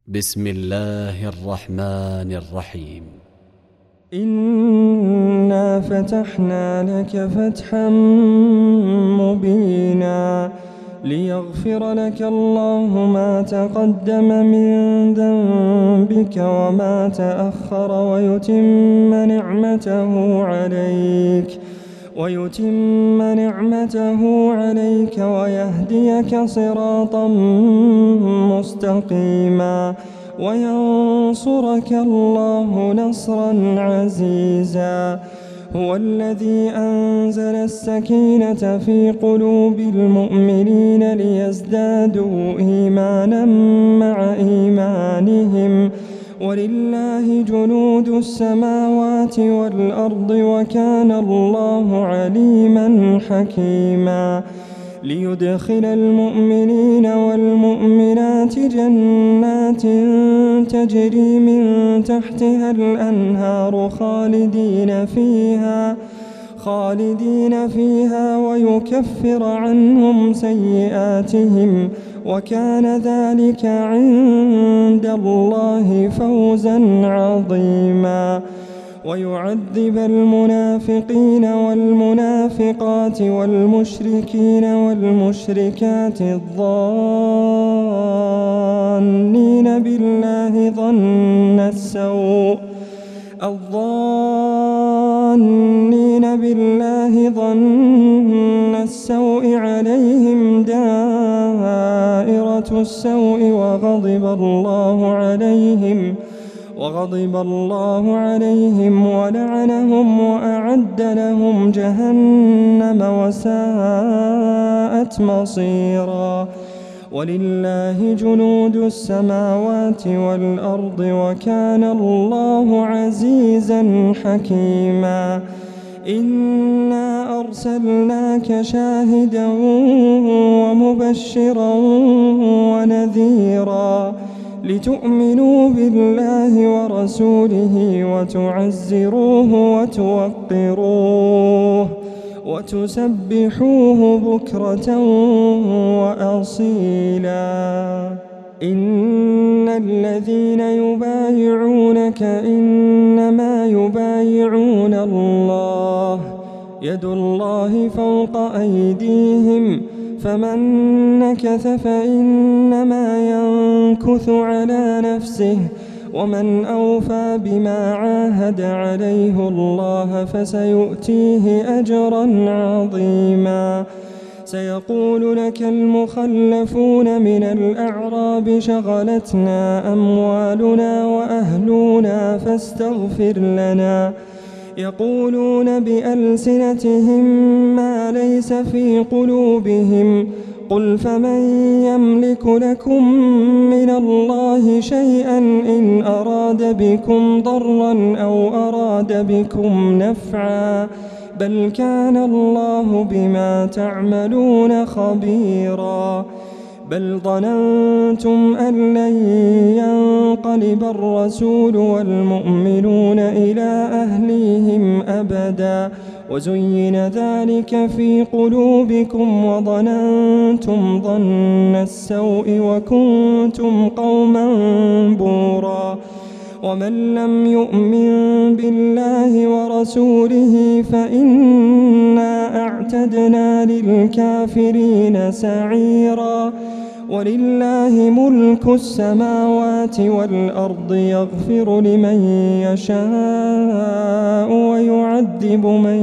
بسم الله الرحمن الرحيم. إنا فتحنا لك فتحا مبينا ليغفر لك الله ما تقدم من ذنبك وما تأخر ويتم نعمته عليك ويهديك صراطا مستقيما وينصرك الله نصرا عزيزا. هو الذي أنزل السكينة في قلوب المؤمنين ليزدادوا إيمانا مع إيمانهم ولله جنود السماوات والأرض وكان الله عليما حكيما. ليدخل المؤمنين والمؤمنات جنات تجري من تحتها الأنهار خالدين فيها ويكفر عنهم سيئاتهم وكان ذلك عند الله فوزا عظيما. ويعذب المنافقين والمنافقات والمشركين والمشركات الظانين بالله ظن السوء عليهم دائرة السوء وغضب الله عليهم ولعنهم وأعد لهم جهنم وساءت مصيرا. ولله جنود السماوات والأرض وكان الله عزيزا حكيما. إنا أرسلناك شاهدا ومبشرا ونذيرا لتؤمنوا بالله ورسوله وتعزروه وتوقروه وتسبحوه بكرة وأصيلا. إن الذين يبايعونك إنما يبايعون الله يد الله فوق أيديهم فمن نكث فإنما ينكث على نفسه ومن أوفى بما عاهد عليه الله فسيؤتيه أجرا عظيما. سيقول لك المخلفون من الأعراب شغلتنا أموالنا وأهلنا فاستغفر لنا يقولون بألسنتهم ما ليس في قلوبهم قل فمن يملك لكم من الله شيئا إن أراد بكم ضرا أو أراد بكم نفعا بل كان الله بما تعملون خبيرا. بل ظننتم أن لن ينقلب الرسول والمؤمنون إلى أهليهم أبدا وزين ذلك في قلوبكم وظننتم ظن السوء وكنتم قوما بورا. ومن لم يؤمن بالله ورسوله فإنا أعتدنا للكافرين سعيرا. ولله ملك السماوات والأرض يغفر لمن يشاء ويعذب من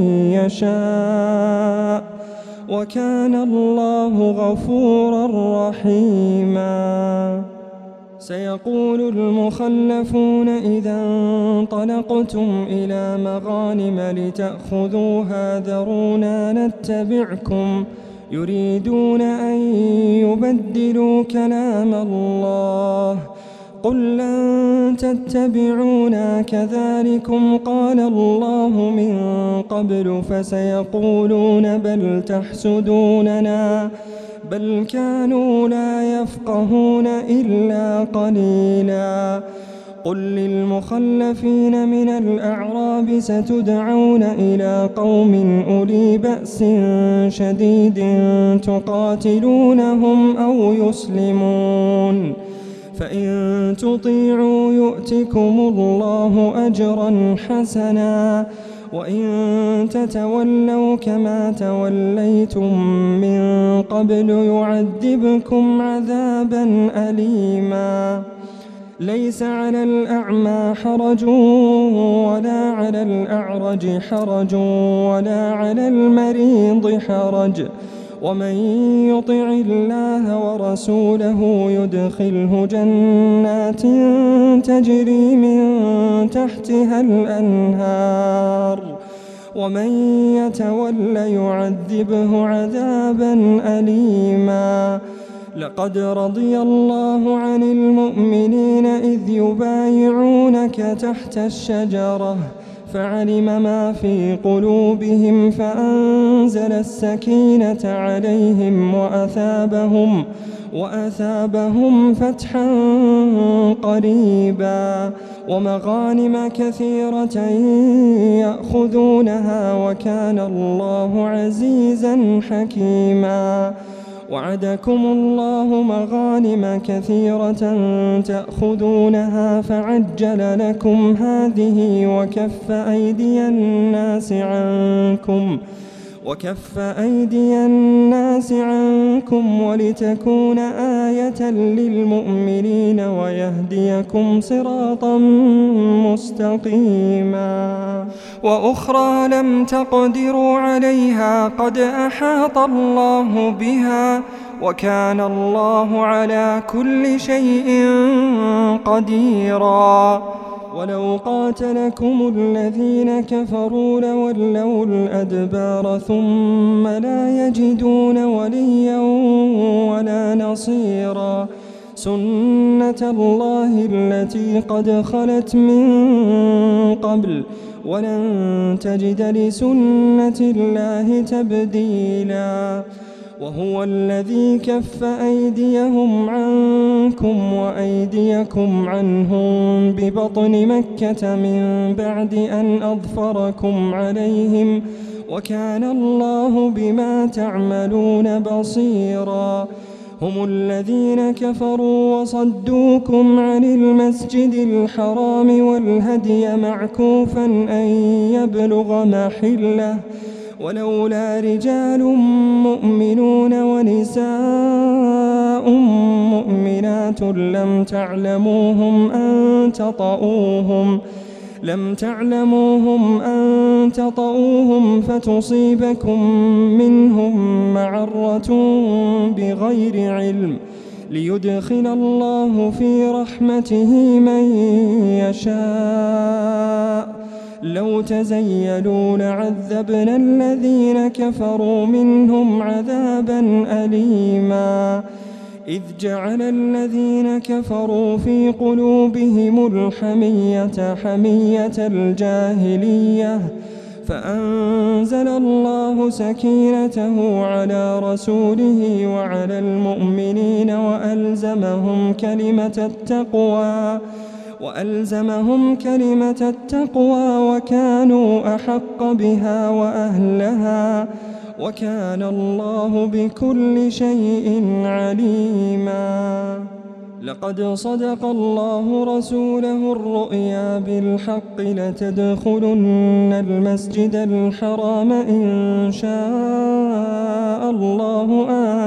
يشاء وكان الله غفورا رحيما. سيقول المخلفون إذا انطلقتم إلى مغانم لتأخذوها ذرونا نتبعكم يريدون أن يبدلوا كلام الله قل لن تتبعونا كذلكم قال الله من قبل فسيقولون بل تحسدوننا بل كانوا لا يفقهون إلا قليلا. قل للمخلفين من الأعراب ستدعون إلى قوم أولي بأس شديد تقاتلونهم أو يسلمون فإن تطيعوا يؤتكم الله أجرا حسنا وإن تتولوا كما توليتم من قبل يعذبكم عذابا أليما ليس على الأعمى حرج ولا على الأعرج حرج ولا على المريض حرج ومن يطع الله ورسوله يدخله جنات تجري من تحتها الأنهار ومن يتول يعذبه عذابا أليما لقد رضي الله عن المؤمنين إذ يبايعونك تحت الشجرة فعلم ما في قلوبهم فأنزل السكينة عليهم وأثابهم فتحا قريبا ومغانم كثيرة يأخذونها وكان الله عزيزا حكيما وعدكم الله مغانم كثيرة تأخذونها فعجل لكم هذه وكف أيدي الناس عنكم ولتكون آية للمؤمنين ويهديكم صراطا مستقيما وأخرى لم تقدروا عليها قد أحاط الله بها وكان الله على كل شيء قديرا ولو قاتلكم الذين كفروا لولوا الأدبار ثم لا يجدون وليا ولا نصيرا سنة الله التي قد خلت من قبل ولن تجد لسنة الله تبديلا وهو الذي كف أيديهم عنكم وأيديكم عنهم ببطن مكة من بعد أن أظفركم عليهم وكان الله بما تعملون بصيرا هم الذين كفروا وصدوكم عن المسجد الحرام والهدي معكوفا أن يبلغ محله ولولا رجال مؤمنون ونساء مؤمنات لم تعلموهم أن تطؤوهم فتصيبكم منهم معرة بغير علم ليدخل الله في رحمته من يشاء لو تزيلوا لعذبنا الذين كفروا منهم عذابا أليما إذ جعل الذين كفروا في قلوبهم الحمية حمية الجاهلية فأنزل الله سكينته على رسوله وعلى المؤمنين وألزمهم كلمة التقوى وكانوا أحق بها وأهلها وكان الله بكل شيء عليما لقد صدق الله رسوله الرؤيا بالحق لتدخلن المسجد الحرام إن شاء الله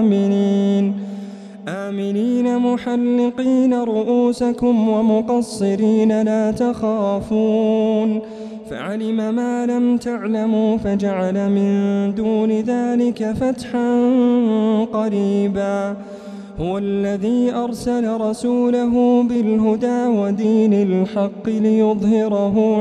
آمنين محلقين رؤوسكم ومقصرين لا تخافون فعلم ما لم تعلموا فجعل من دون ذلك فتحا قريبا هو الذي أرسل رسوله بالهدى ودين الحق ليظهره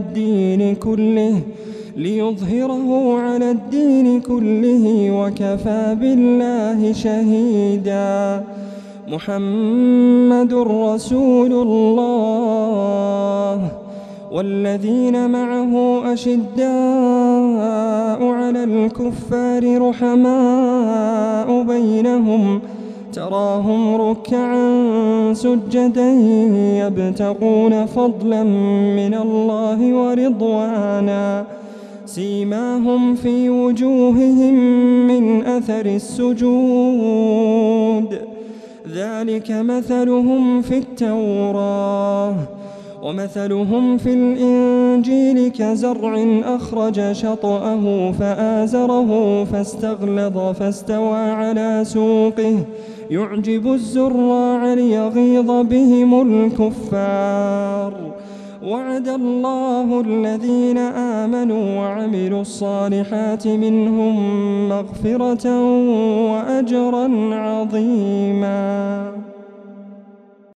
على الدين كله وكفى بالله شهيدا محمد رسول الله والذين معه أشداء على الكفار رحماء بينهم تراهم ركعا سجدا يبتغون فضلا من الله ورضوانا سيماهم في وجوههم من أثر السجود ذلك مثلهم في التوراة ومثلهم في الإنجيل كزرع أخرج شطأه فآزره فاستغلظ فاستوى على سوقه يعجب الزراع ليغيظ بهم الكفار. وعد الله الذين آمنوا وعملوا الصالحات منهم مغفرة وأجرا عظيما.